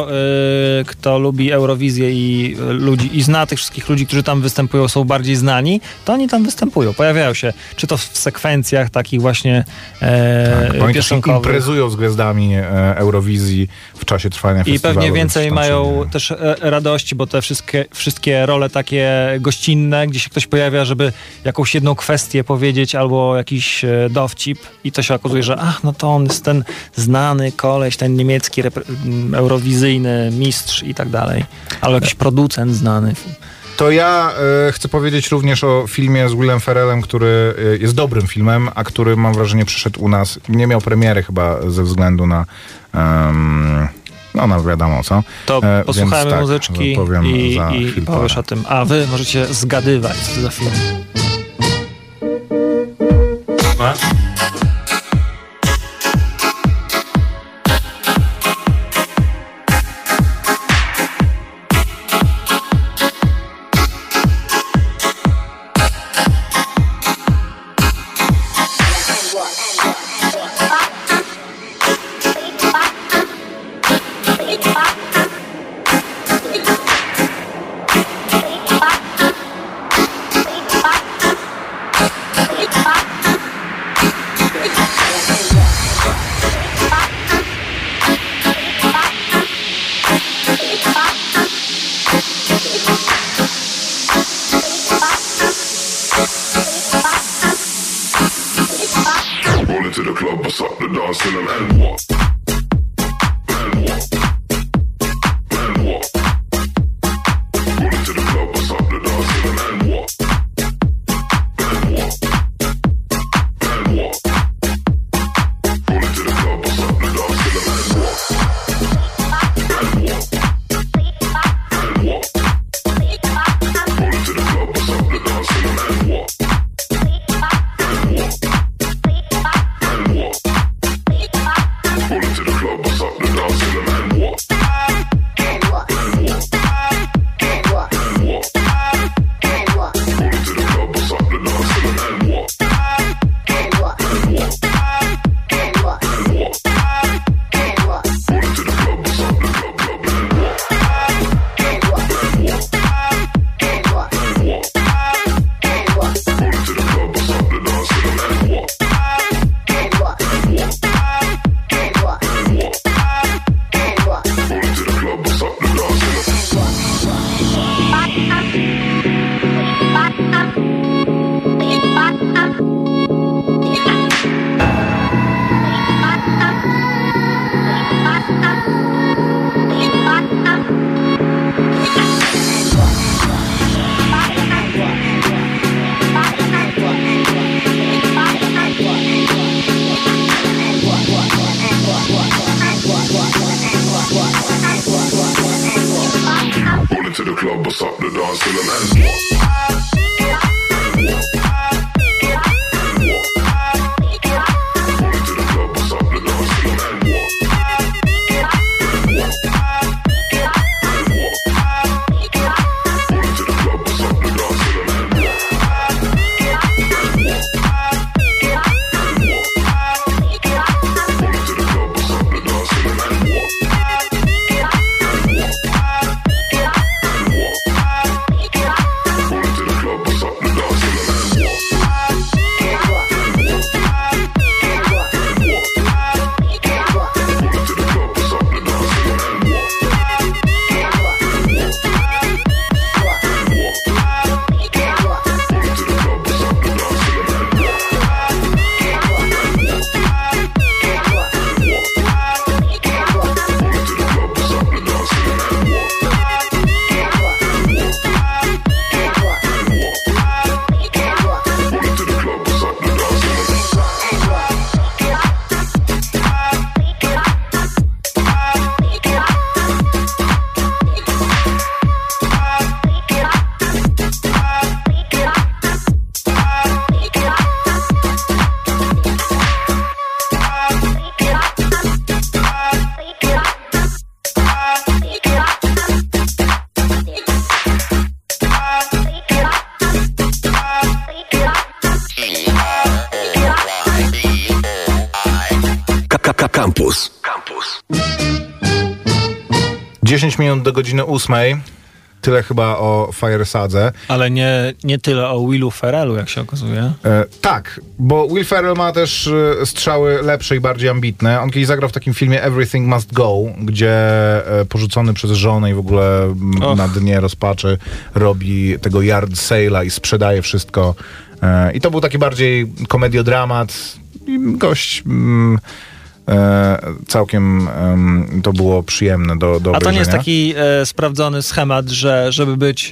Kto lubi Eurowizję i zna tych wszystkich ludzi, którzy tam występują, są bardziej znani, to oni tam występują, pojawiają się. Czy to w sekwencjach takich właśnie piosenkowych. Oni imprezują z gwiazdami Eurowizji w czasie trwania festiwalu. I pewnie więcej mają też radości, bo te wszystkie role takie gościnne, gdzie się ktoś pojawia, żeby jakąś jedną kwestię powiedzieć albo jakiś dowcip i to się okazuje, że no to on jest ten znany koleś, ten niemiecki eurowizyjny mistrz i tak dalej. Albo jakiś producent znany. To ja chcę powiedzieć również o filmie z Willem Ferrellem, który jest dobrym filmem, a który mam wrażenie przyszedł u nas. Nie miał premiery chyba ze względu na no wiadomo co. To posłuchajmy muzyczki i powiesz o tym. A wy możecie zgadywać, co to za film. to the club, bust up the dance till them and what? And what? And what? Roll into the club, bust up the dance till them and what? And what? And what? Roll into the club, bust up the dance till them and what? And what? And what? Roll into the club, bust up the dance till them and what? To the club, bust up the dance till them and what? Campus. 10 minut do godziny 8. Tyle chyba o Firesadze. Ale nie tyle o Willu Ferrellu, jak się okazuje. Tak, bo Will Ferrell ma też strzały lepsze i bardziej ambitne. On kiedyś zagrał w takim filmie Everything Must Go, gdzie porzucony przez żonę i w ogóle na dnie rozpaczy robi tego yard sale'a i sprzedaje wszystko. I to był taki bardziej komediodramat. I gość... całkiem to było przyjemne do obejrzenia. A to nie jest taki sprawdzony schemat, że żeby być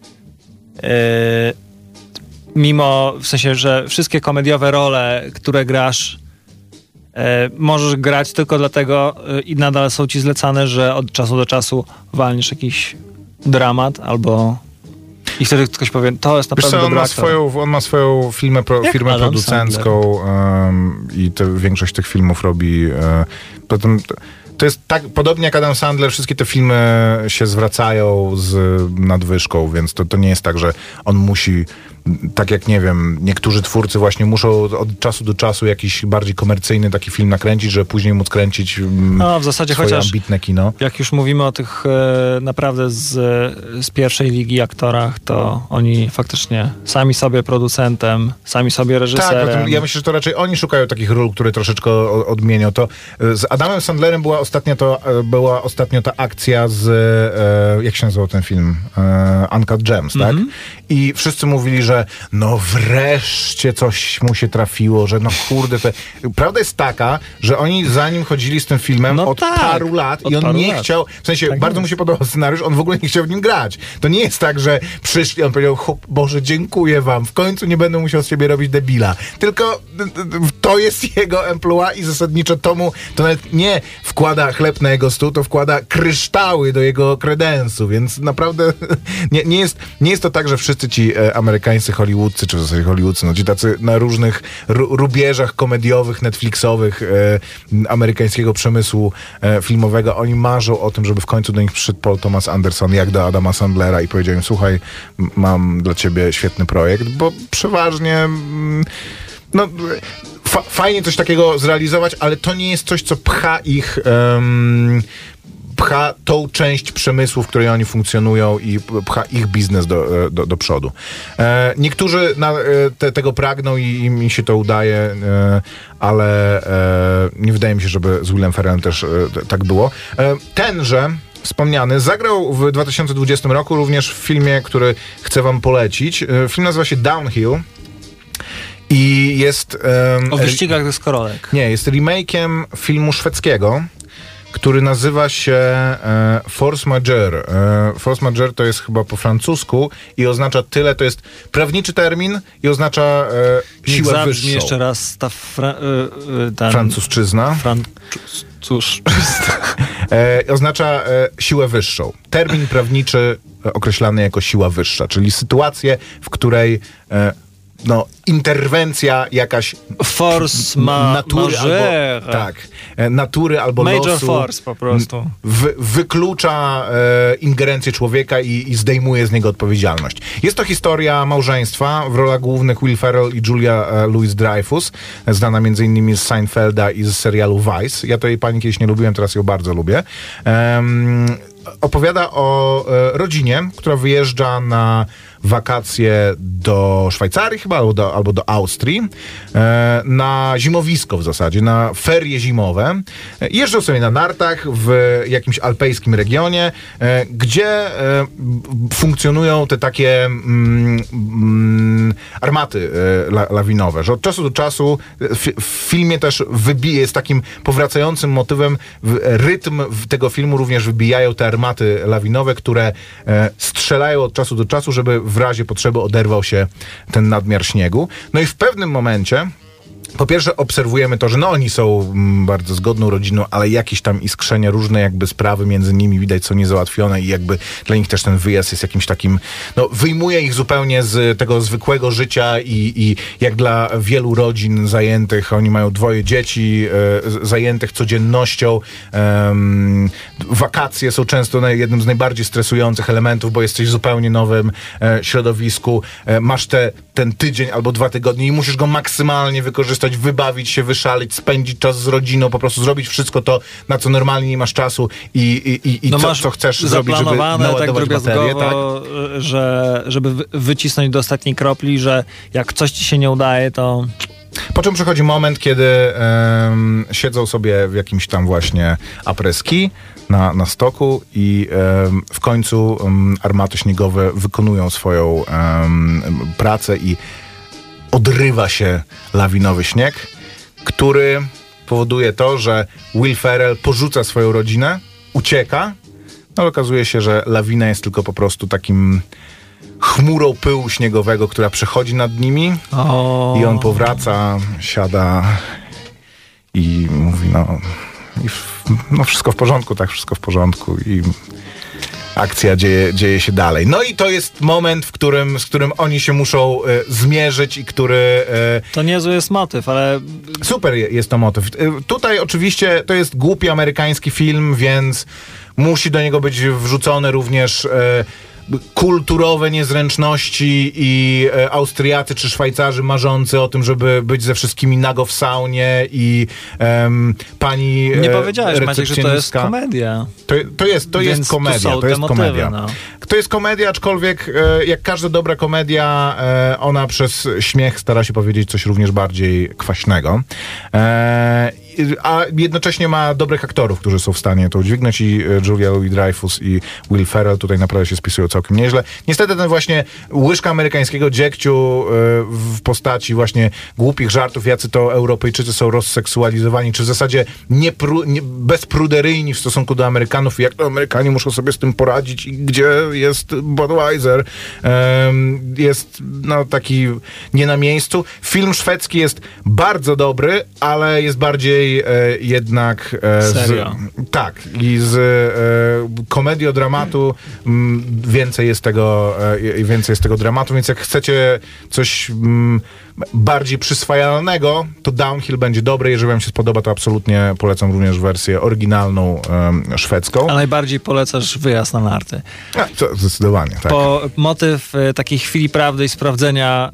mimo, w sensie, że wszystkie komediowe role, które grasz, możesz grać tylko dlatego i nadal są ci zlecane, że od czasu do czasu walniesz jakiś dramat albo... I wtedy ktoś powie, to jest naprawdę dobry aktor. On ma swoją firmę producencką i większość tych filmów robi. Potem to jest tak, podobnie jak Adam Sandler, wszystkie te filmy się zwracają z nadwyżką, więc to nie jest tak, że on musi, tak jak nie wiem, niektórzy twórcy właśnie muszą od czasu do czasu jakiś bardziej komercyjny taki film nakręcić, żeby później móc kręcić w zasadzie swoje chociaż ambitne kino. Jak już mówimy o tych naprawdę z pierwszej ligi aktorach, to oni faktycznie sami sobie producentem, sami sobie reżyserem. Tak, ja myślę, że to raczej oni szukają takich ról, które troszeczkę odmienią. To z Adamem Sandlerem była ostatnio ta akcja z jak się nazywał ten film? Uncut Gems, tak? I wszyscy mówili, że że no wreszcie coś mu się trafiło, że no kurde. Prawda jest taka, że oni zanim chodzili z tym filmem od paru lat i on nie chciał, w sensie bardzo mu się podobał scenariusz, on w ogóle nie chciał w nim grać. To nie jest tak, że przyszli, on powiedział, Boże, dziękuję wam, w końcu nie będę musiał z ciebie robić debila. Tylko to jest jego emploi i zasadniczo to nawet nie wkłada chleb na jego stół, to wkłada kryształy do jego kredensu, więc naprawdę nie jest to tak, że wszyscy ci amerykańscy hollywoodcy, czy w zasadzie hollywoodcy, no ci tacy na różnych rubieżach komediowych, netflixowych amerykańskiego przemysłu filmowego, oni marzą o tym, żeby w końcu do nich przyszedł Paul Thomas Anderson, jak do Adama Sandlera i powiedział im, słuchaj, mam dla ciebie świetny projekt, bo przeważnie no fajnie coś takiego zrealizować, ale to nie jest coś, co pcha ich pcha tą część przemysłu, w której oni funkcjonują i pcha ich biznes do przodu. Niektórzy tego pragną i im się to udaje, ale nie wydaje mi się, żeby z Willem Ferrellem też tak było. Tenże wspomniany zagrał w 2020 roku również w filmie, który chcę wam polecić. Film nazywa się Downhill. I jest... o wyścigach deskorolek. Nie, jest remake'iem filmu szwedzkiego, który nazywa się Force Majeure. Force Majeure to jest chyba po francusku i oznacza tyle, to jest prawniczy termin i oznacza siłę wyższą. Jeszcze raz ta francuszczyzna. Oznacza siłę wyższą. Termin prawniczy określany jako siła wyższa, czyli sytuację, w której interwencja jakaś natury albo, natury albo Major losu force po prostu. Wyklucza ingerencję człowieka i zdejmuje z niego odpowiedzialność. Jest to historia małżeństwa w rolach głównych Will Ferrell i Julia Louis-Dreyfus, znana m.in. z Seinfelda i z serialu Vice. Ja tej pani kiedyś nie lubiłem, teraz ją bardzo lubię. Opowiada o rodzinie, która wyjeżdża na wakacje do Szwajcarii chyba, albo do Austrii, na zimowisko w zasadzie, na ferie zimowe. Jeżdżą sobie na nartach w jakimś alpejskim regionie, gdzie funkcjonują te takie armaty lawinowe, że od czasu do czasu w filmie też jest takim powracającym motywem, rytm tego filmu również wybijają te armaty lawinowe, które strzelają od czasu do czasu, żeby w razie potrzeby oderwał się ten nadmiar śniegu. No i w pewnym momencie po pierwsze obserwujemy to, że oni są bardzo zgodną rodziną, ale jakieś tam iskrzenia, różne jakby sprawy między nimi widać są niezałatwione i jakby dla nich też ten wyjazd jest jakimś takim, wyjmuje ich zupełnie z tego zwykłego życia i jak dla wielu rodzin zajętych, oni mają 2 dzieci, zajętych codziennością. Wakacje są często jednym z najbardziej stresujących elementów, bo jesteś w zupełnie nowym środowisku. Masz ten tydzień albo 2 tygodnie i musisz go maksymalnie wykorzystać, wybawić się, wyszaleć, spędzić czas z rodziną, po prostu zrobić wszystko to, na co normalnie nie masz czasu i co chcesz zrobić, żeby naładować baterię. Tak? Żeby wycisnąć do ostatniej kropli, że jak coś ci się nie udaje, to... Po czym przychodzi moment, kiedy siedzą sobie w jakimś tam właśnie après-ski na stoku i w końcu armaty śniegowe wykonują swoją pracę i odrywa się lawinowy śnieg, który powoduje to, że Will Ferrell porzuca swoją rodzinę, ucieka, ale okazuje się, że lawina jest tylko po prostu takim chmurą pyłu śniegowego, która przechodzi nad nimi i on powraca, siada i mówi, wszystko w porządku, tak, wszystko w porządku i akcja dzieje się dalej. No i to jest moment, z którym oni się muszą zmierzyć i który... To niezły jest motyw, ale... Super jest to motyw. Tutaj oczywiście to jest głupi amerykański film, więc musi do niego być wrzucone również kulturowe niezręczności i Austriacy czy Szwajcarzy marzący o tym, żeby być ze wszystkimi nago w saunie i pani nie powiedziałeś, Maciek, że to jest komedia. To jest komedia. To jest komedia. To jest komedia, aczkolwiek jak każda dobra komedia, ona przez śmiech stara się powiedzieć coś również bardziej kwaśnego. a jednocześnie ma dobrych aktorów, którzy są w stanie to udźwignąć i Julia Louis-Dreyfus i Will Ferrell tutaj naprawdę się spisują całkiem nieźle. Niestety ten właśnie łyżka amerykańskiego dziegciu w postaci właśnie głupich żartów, jacy to Europejczycy są rozseksualizowani, czy w zasadzie bezpruderyjni w stosunku do Amerykanów i jak to Amerykanie muszą sobie z tym poradzić i gdzie jest Budweiser, jest no taki nie na miejscu. Film szwedzki jest bardzo dobry, ale jest bardziej jednak Serio? Tak, i z komediodramatu więcej jest tego dramatu, więc jak chcecie coś bardziej przyswajalnego, to Downhill będzie dobre. Jeżeli wam się spodoba, to absolutnie polecam również wersję oryginalną szwedzką. A najbardziej polecasz Wyjazd na narty. To zdecydowanie, tak. Bo motyw takiej chwili prawdy i sprawdzenia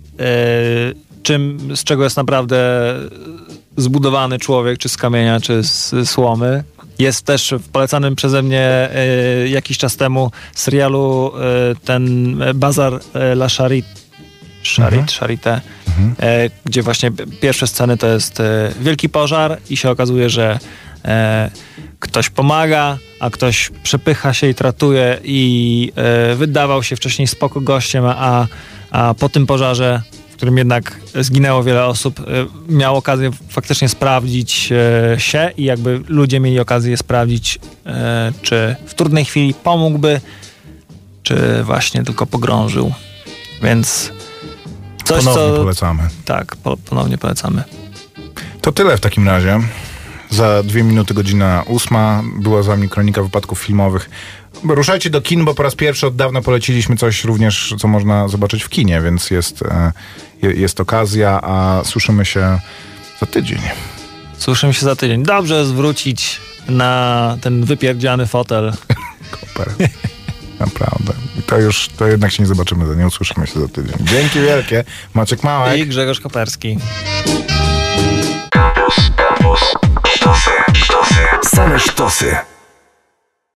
z czego jest naprawdę zbudowany człowiek, czy z kamienia, czy z słomy, jest też w polecanym przeze mnie jakiś czas temu serialu ten Bazar La Charité, gdzie właśnie pierwsze sceny to jest wielki pożar i się okazuje, że ktoś pomaga, a ktoś przepycha się i tratuje i wydawał się wcześniej spoko gościem, a po tym pożarze, w którym jednak zginęło wiele osób, miał okazję faktycznie sprawdzić się i jakby ludzie mieli okazję sprawdzić, czy w trudnej chwili pomógłby, czy właśnie tylko pogrążył. Więc coś, ponownie polecamy. Tak, ponownie polecamy. To tyle w takim razie. Za 2 minuty, 8:00. Była z wami Kronika Wypadków Filmowych. Ruszajcie do kin, bo po raz pierwszy od dawna poleciliśmy coś również, co można zobaczyć w kinie, więc jest okazja, a słyszymy się za tydzień. Słyszymy się za tydzień. Dobrze zwrócić na ten wypierdziany fotel. Koper. Naprawdę. I to jednak się nie zobaczymy, nie usłyszymy się za tydzień. Dzięki wielkie. Maciek Małek I Grzegorz Koperski. Same sztosy.